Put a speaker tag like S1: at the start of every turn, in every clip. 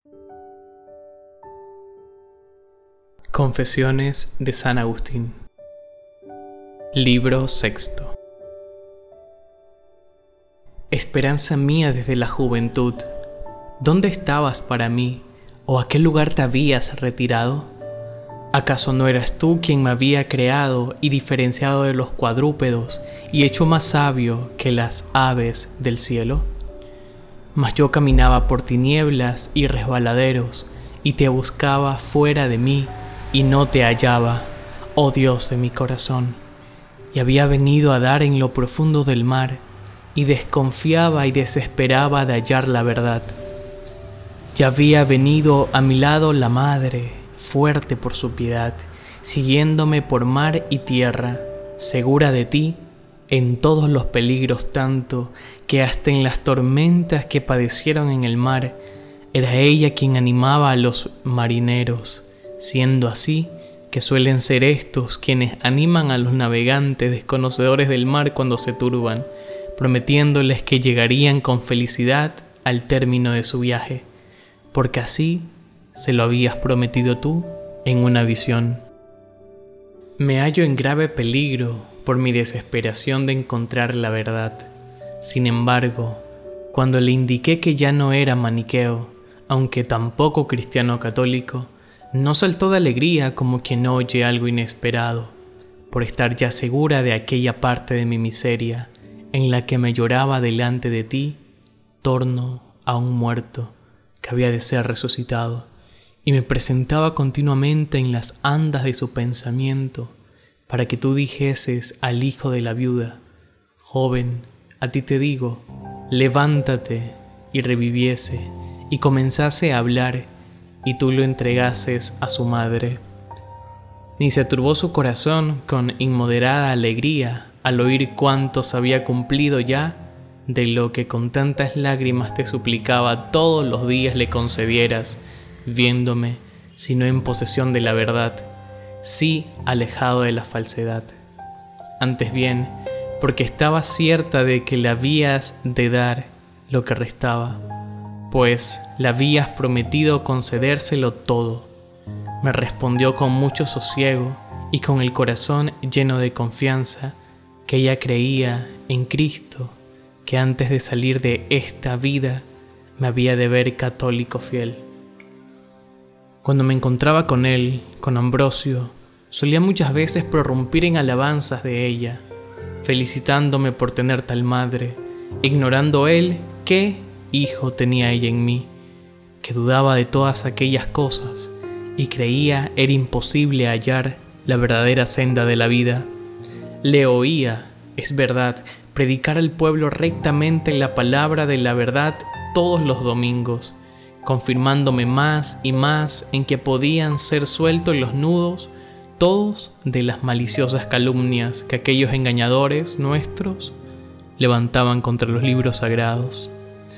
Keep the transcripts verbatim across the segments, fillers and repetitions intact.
S1: Confesiones de San Agustín. Libro sexto. Esperanza mía desde la juventud, ¿dónde estabas para mí, o a qué lugar te habías retirado? ¿Acaso no eras tú quien me había creado y diferenciado de los cuadrúpedos y hecho más sabio que las aves del cielo? Mas yo caminaba por tinieblas y resbaladeros, y te buscaba fuera de mí, y no te hallaba, oh Dios de mi corazón. Y había venido a dar en lo profundo del mar, y desconfiaba y desesperaba de hallar la verdad. Ya había venido a mi lado la madre, fuerte por su piedad, siguiéndome por mar y tierra, segura de ti, en todos los peligros tanto, que hasta en las tormentas que padecieron en el mar, era ella quien animaba a los marineros, siendo así que suelen ser estos quienes animan a los navegantes desconocedores del mar cuando se turban, prometiéndoles que llegarían con felicidad al término de su viaje, porque así se lo habías prometido tú en una visión. Me hallo en grave peligro por mi desesperación de encontrar la verdad. Sin embargo, cuando le indiqué que ya no era maniqueo, aunque tampoco cristiano católico, no saltó de alegría como quien oye algo inesperado, por estar ya segura de aquella parte de mi miseria, en la que me lloraba delante de ti, torno a un muerto que había de ser resucitado, y me presentaba continuamente en las andas de su pensamiento, para que tú dijeses al hijo de la viuda: joven, a ti te digo, levántate, y reviviese, y comenzase a hablar, y tú lo entregases a su madre. Ni se turbó su corazón con inmoderada alegría al oír cuántos había cumplido ya de lo que con tantas lágrimas te suplicaba todos los días le concedieras, viéndome, si no en posesión de la verdad, sí alejado de la falsedad. Antes bien, porque estaba cierta de que le habías de dar lo que restaba, pues le habías prometido concedérselo todo. Me respondió con mucho sosiego y con el corazón lleno de confianza que ella creía en Cristo, que antes de salir de esta vida me había de ver católico fiel. Cuando me encontraba con él, con Ambrosio, solía muchas veces prorrumpir en alabanzas de ella, felicitándome por tener tal madre, ignorando él qué hijo tenía ella en mí, que dudaba de todas aquellas cosas y creía era imposible hallar la verdadera senda de la vida. Le oía, es verdad, predicar al pueblo rectamente la palabra de la verdad todos los domingos, confirmándome más y más en que podían ser sueltos los nudos todos de las maliciosas calumnias que aquellos engañadores nuestros levantaban contra los libros sagrados.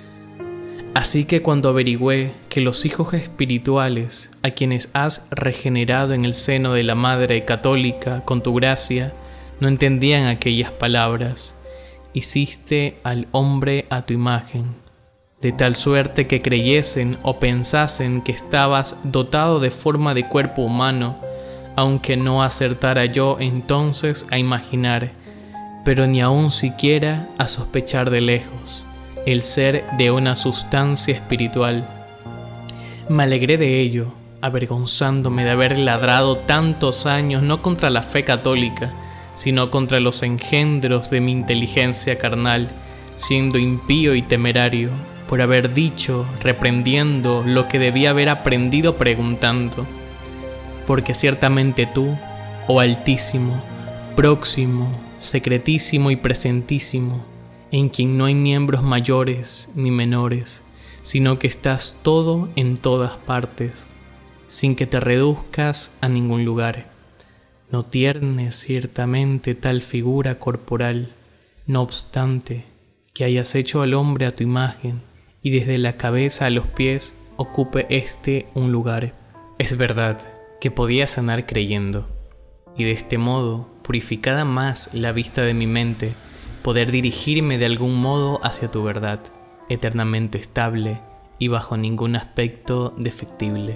S1: Así que cuando averigüé que los hijos espirituales a quienes has regenerado en el seno de la Madre Católica con tu gracia no entendían aquellas palabras, hiciste al hombre a tu imagen, de tal suerte que creyesen o pensasen que estabas dotado de forma de cuerpo humano, aunque no acertara yo entonces a imaginar, pero ni aun siquiera a sospechar de lejos, el ser de una sustancia espiritual. Me alegré de ello, avergonzándome de haber ladrado tantos años no contra la fe católica, sino contra los engendros de mi inteligencia carnal, siendo impío y temerario, por haber dicho, reprendiendo lo que debía haber aprendido preguntando. Porque ciertamente tú, oh Altísimo, próximo, secretísimo y presentísimo, en quien no hay miembros mayores ni menores, sino que estás todo en todas partes, sin que te reduzcas a ningún lugar. No tiernes ciertamente tal figura corporal, no obstante que hayas hecho al hombre a tu imagen, y desde la cabeza a los pies ocupe éste un lugar. Es verdad que podía sanar creyendo, y de este modo, purificada más la vista de mi mente, poder dirigirme de algún modo hacia tu verdad, eternamente estable y bajo ningún aspecto defectible.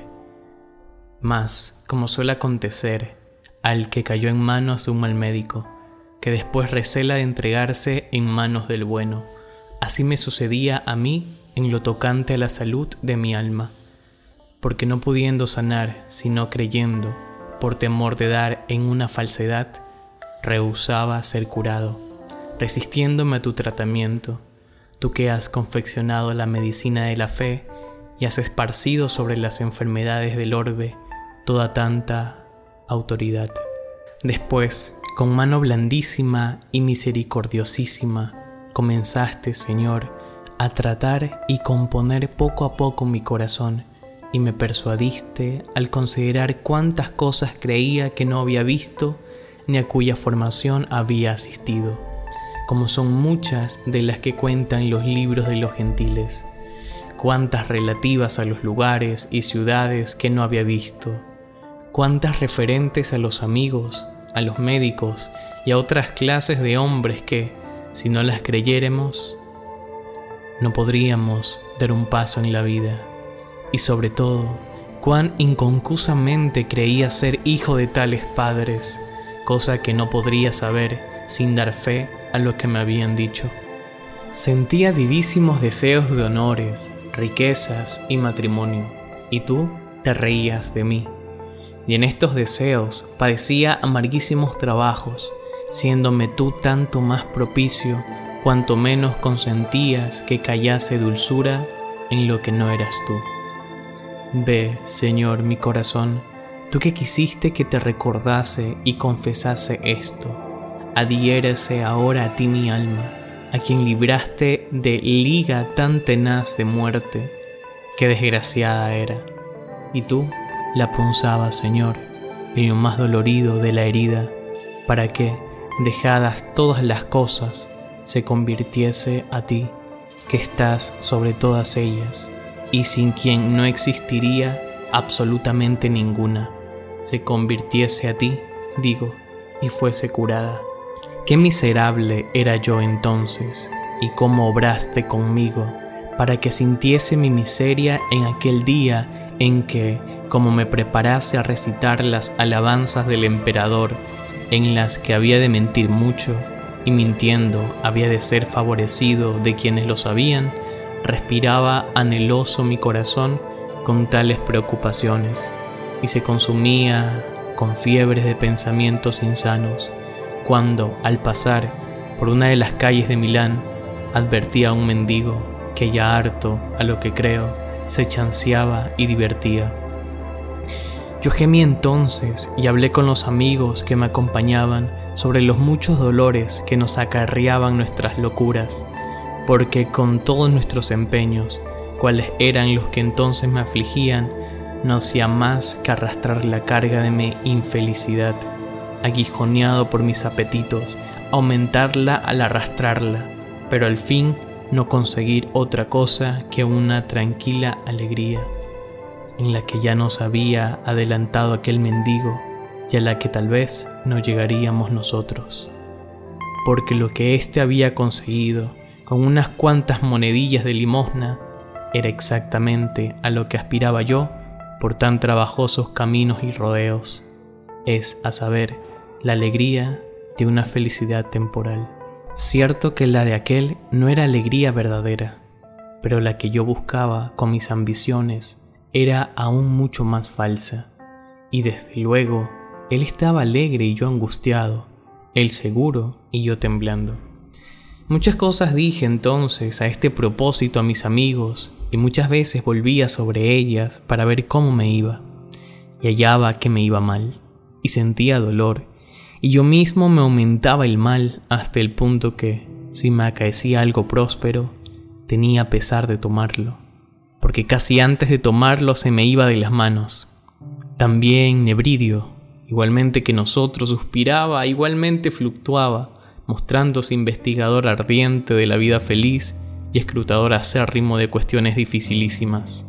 S1: Mas, como suele acontecer al que cayó en manos de un mal médico, que después recela de entregarse en manos del bueno, así me sucedía a mí en lo tocante a la salud de mi alma, porque no pudiendo sanar, sino creyendo, por temor de dar en una falsedad, rehusaba ser curado, resistiéndome a tu tratamiento, tú que has confeccionado la medicina de la fe y has esparcido sobre las enfermedades del orbe toda tanta autoridad. Después, con mano blandísima y misericordiosísima, comenzaste, Señor, a tratar y componer poco a poco mi corazón, y me persuadiste al considerar cuántas cosas creía que no había visto ni a cuya formación había asistido, como son muchas de las que cuentan los libros de los gentiles, cuántas relativas a los lugares y ciudades que no había visto, cuántas referentes a los amigos, a los médicos y a otras clases de hombres que, si no las creyéremos, no podríamos dar un paso en la vida. Y sobre todo, cuán inconcusamente creía ser hijo de tales padres, cosa que no podría saber sin dar fe a lo que me habían dicho. Sentía vivísimos deseos de honores, riquezas y matrimonio, y tú te reías de mí. Y en estos deseos padecía amarguísimos trabajos, siéndome tú tanto más propicio cuanto menos consentías que callase dulzura en lo que no eras tú. Ve, Señor, mi corazón, tú que quisiste que te recordase y confesase esto, adhiérese ahora a ti mi alma, a quien libraste de liga tan tenaz de muerte, que desgraciada era, y tú la punzabas, Señor, en lo más dolorido de la herida, para que, dejadas todas las cosas, se convirtiese a ti, que estás sobre todas ellas, y sin quien no existiría absolutamente ninguna, se convirtiese a ti, digo, y fuese curada. Qué miserable era yo entonces, y cómo obraste conmigo, para que sintiese mi miseria en aquel día en que, como me preparase a recitar las alabanzas del emperador, en las que había de mentir mucho, y mintiendo había de ser favorecido de quienes lo sabían, respiraba anheloso mi corazón con tales preocupaciones, y se consumía con fiebres de pensamientos insanos, cuando, al pasar por una de las calles de Milán, advertí a un mendigo que ya harto, a lo que creo, se chanceaba y divertía. Yo gemí entonces y hablé con los amigos que me acompañaban sobre los muchos dolores que nos acarreaban nuestras locuras, porque con todos nuestros empeños, cuales eran los que entonces me afligían, no hacía más que arrastrar la carga de mi infelicidad, aguijoneado por mis apetitos, aumentarla al arrastrarla, pero al fin no conseguir otra cosa que una tranquila alegría, en la que ya nos había adelantado aquel mendigo y a la que tal vez no llegaríamos nosotros, porque lo que éste había conseguido con unas cuantas monedillas de limosna era exactamente a lo que aspiraba yo por tan trabajosos caminos y rodeos, es a saber, la alegría de una felicidad temporal. Cierto que la de aquel no era alegría verdadera, pero la que yo buscaba con mis ambiciones era aún mucho más falsa, y desde luego él estaba alegre y yo angustiado, él seguro y yo temblando. Muchas cosas dije entonces a este propósito a mis amigos, y muchas veces volvía sobre ellas para ver cómo me iba, y hallaba que me iba mal, y sentía dolor, y yo mismo me aumentaba el mal hasta el punto que, si me acaecía algo próspero, tenía pesar de tomarlo, porque casi antes de tomarlo se me iba de las manos. También Nebridio, igualmente que nosotros, suspiraba, igualmente fluctuaba, mostrándose investigador ardiente de la vida feliz y escrutador acérrimo de cuestiones dificilísimas.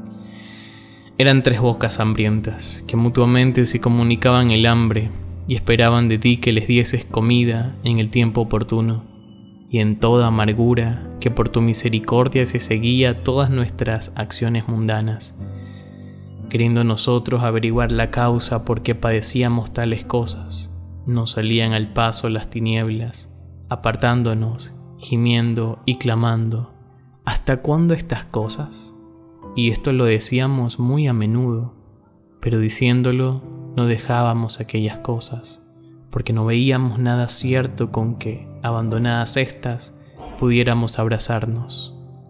S1: Eran tres bocas hambrientas, que mutuamente se comunicaban el hambre y esperaban de ti que les dieses comida en el tiempo oportuno. y en toda amargura que por tu misericordia se seguía todas nuestras acciones mundanas, queriendo nosotros averiguar la causa por qué padecíamos tales cosas, nos salían al paso las tinieblas, apartándonos, gimiendo y clamando, ¿hasta cuándo estas cosas? Y esto lo decíamos muy a menudo, pero diciéndolo no dejábamos aquellas cosas, porque no veíamos nada cierto con que, abandonadas estas, pudiéramos abrazarnos.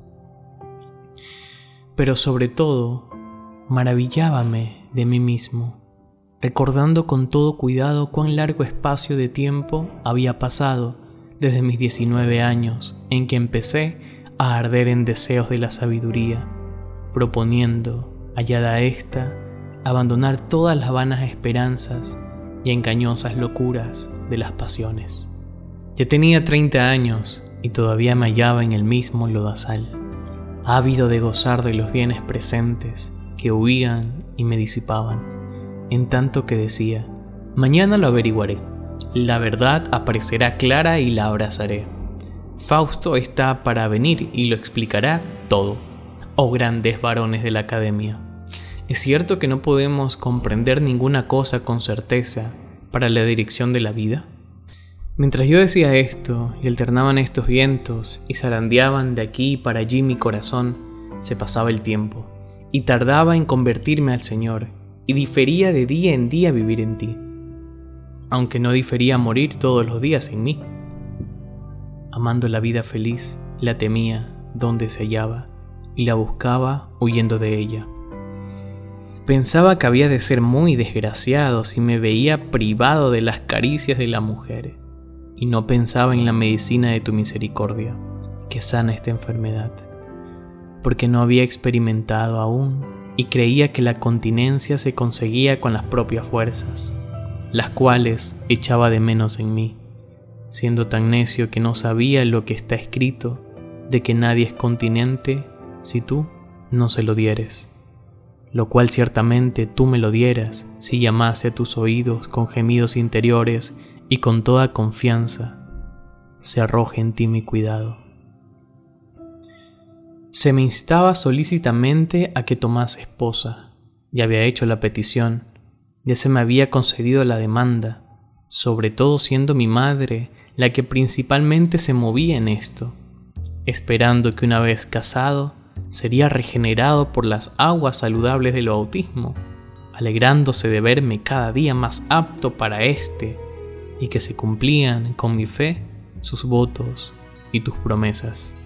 S1: Pero sobre todo, maravillábame de mí mismo, recordando con todo cuidado cuán largo espacio de tiempo había pasado desde mis diecinueve años en que empecé a arder en deseos de la sabiduría, proponiendo, hallada ésta, abandonar todas las vanas esperanzas y engañosas locuras de las pasiones. Ya tenía treinta años y todavía me hallaba en el mismo lodazal, ávido de gozar de los bienes presentes que huían y me disipaban, en tanto que decía, mañana lo averiguaré, la verdad aparecerá clara y la abrazaré. Fausto está para venir y lo explicará todo, oh grandes varones de la academia. Es cierto que no podemos comprender ninguna cosa con certeza para la dirección de la vida. Mientras yo decía esto y alternaban estos vientos y zarandeaban de aquí para allí mi corazón, se pasaba el tiempo y tardaba en convertirme al Señor y difería de día en día vivir en ti, aunque no difería morir todos los días en mí. Amando la vida feliz, la temía donde se hallaba y la buscaba huyendo de ella. Pensaba que había de ser muy desgraciado si me veía privado de las caricias de la mujer, y no pensaba en la medicina de tu misericordia, que sana esta enfermedad, porque no había experimentado aún y creía que la continencia se conseguía con las propias fuerzas, las cuales echaba de menos en mí, siendo tan necio que no sabía lo que está escrito de que nadie es continente si tú no se lo dieres, lo cual ciertamente tú me lo dieras si llamase a tus oídos con gemidos interiores y con toda confianza se arroje en ti mi cuidado. Se me instaba solícitamente a que tomase esposa, ya había hecho la petición, ya se me había concedido la demanda, sobre todo siendo mi madre la que principalmente se movía en esto, esperando que una vez casado sería regenerado por las aguas saludables del bautismo, alegrándose de verme cada día más apto para éste y que se cumplían con mi fe sus votos y tus promesas.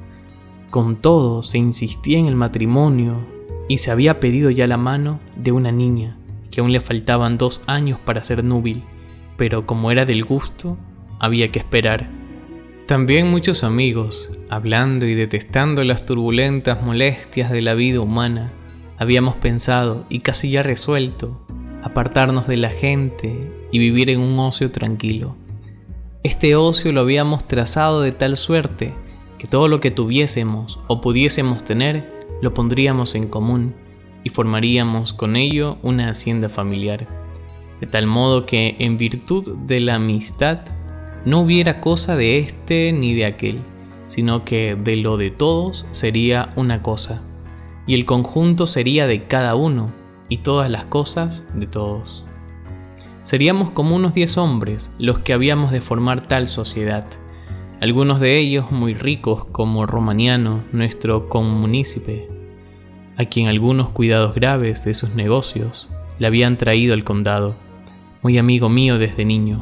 S1: Con todo se insistía en el matrimonio y se había pedido ya la mano de una niña que aún le faltaban dos años para ser núbil, pero como era del gusto, había que esperar. También muchos amigos, hablando y detestando las turbulentas molestias de la vida humana, habíamos pensado y casi ya resuelto apartarnos de la gente y vivir en un ocio tranquilo. Este ocio lo habíamos trazado de tal suerte que todo lo que tuviésemos o pudiésemos tener lo pondríamos en común y formaríamos con ello una hacienda familiar, de tal modo que en virtud de la amistad no hubiera cosa de este ni de aquel, sino que de lo de todos sería una cosa, y el conjunto sería de cada uno, y todas las cosas de todos. Seríamos como unos diez hombres los que habíamos de formar tal sociedad, algunos de ellos muy ricos como Romaniano, nuestro comunícipe, a quien algunos cuidados graves de sus negocios le habían traído al condado, muy amigo mío desde niño.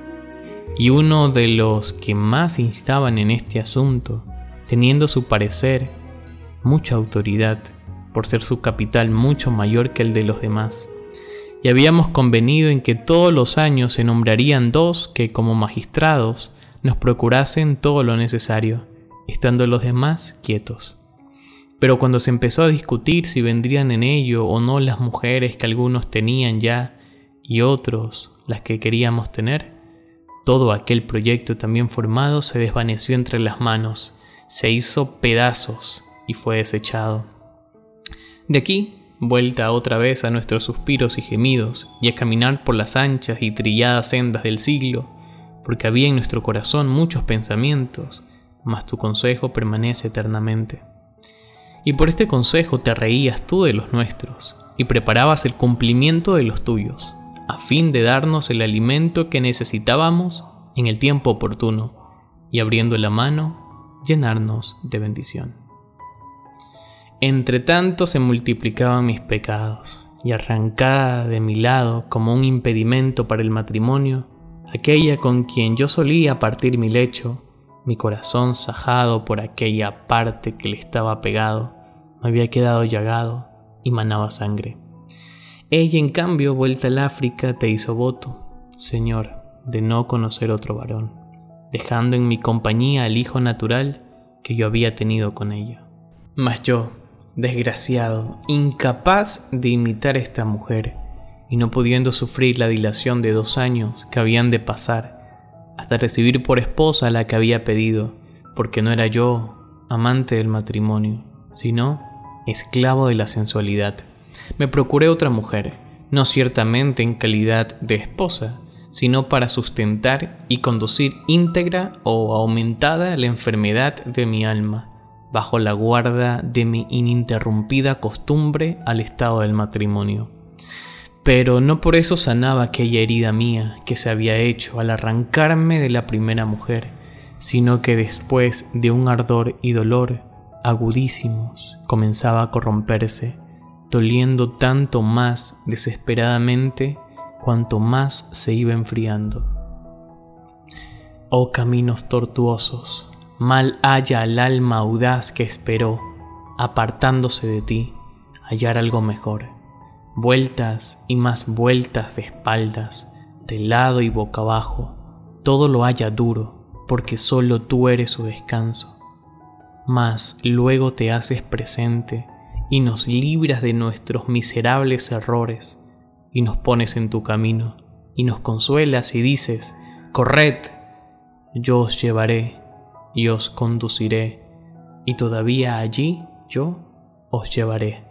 S1: Y uno de los que más instaban en este asunto, teniendo su parecer, mucha autoridad, por ser su capital mucho mayor que el de los demás, y habíamos convenido en que todos los años se nombrarían dos que como magistrados nos procurasen todo lo necesario, estando los demás quietos. Pero cuando se empezó a discutir si vendrían en ello o no las mujeres que algunos tenían ya y otros las que queríamos tener, todo aquel proyecto también formado se desvaneció entre las manos, se hizo pedazos y fue desechado. De aquí, vuelta otra vez a nuestros suspiros y gemidos y a caminar por las anchas y trilladas sendas del siglo, porque había en nuestro corazón muchos pensamientos, mas tu consejo permanece eternamente. Y por este consejo te reías tú de los nuestros, y preparabas el cumplimiento de los tuyos, a fin de darnos el alimento que necesitábamos en el tiempo oportuno, y abriendo la mano, llenarnos de bendición. Entre tanto se multiplicaban mis pecados, y arrancada de mi lado como un impedimento para el matrimonio, aquella con quien yo solía partir mi lecho, mi corazón sajado por aquella parte que le estaba pegado, me había quedado llagado y manaba sangre. Ella, en cambio, vuelta al África, te hizo voto, Señor, de no conocer otro varón, dejando en mi compañía al hijo natural que yo había tenido con ella. Mas yo, desgraciado, incapaz de imitar a esta mujer, y no pudiendo sufrir la dilación de dos años que habían de pasar, hasta recibir por esposa a la que había pedido, porque no era yo amante del matrimonio, sino esclavo de la sensualidad. Me procuré otra mujer, no ciertamente en calidad de esposa, sino para sustentar y conducir íntegra o aumentada la enfermedad de mi alma, bajo la guarda de mi ininterrumpida costumbre al estado del matrimonio. Pero no por eso sanaba aquella herida mía que se había hecho al arrancarme de la primera mujer, sino que después de un ardor y dolor agudísimos comenzaba a corromperse, doliendo tanto más desesperadamente cuanto más se iba enfriando. Oh caminos tortuosos, mal haya al alma audaz que esperó, apartándose de ti, hallar algo mejor. Vueltas y más vueltas de espaldas, de lado y boca abajo, todo lo halla duro, porque solo tú eres su descanso. Mas luego te haces presente y nos libras de nuestros miserables errores, y nos pones en tu camino, y nos consuelas y dices, corred, yo os llevaré y os conduciré, y todavía allí yo os llevaré.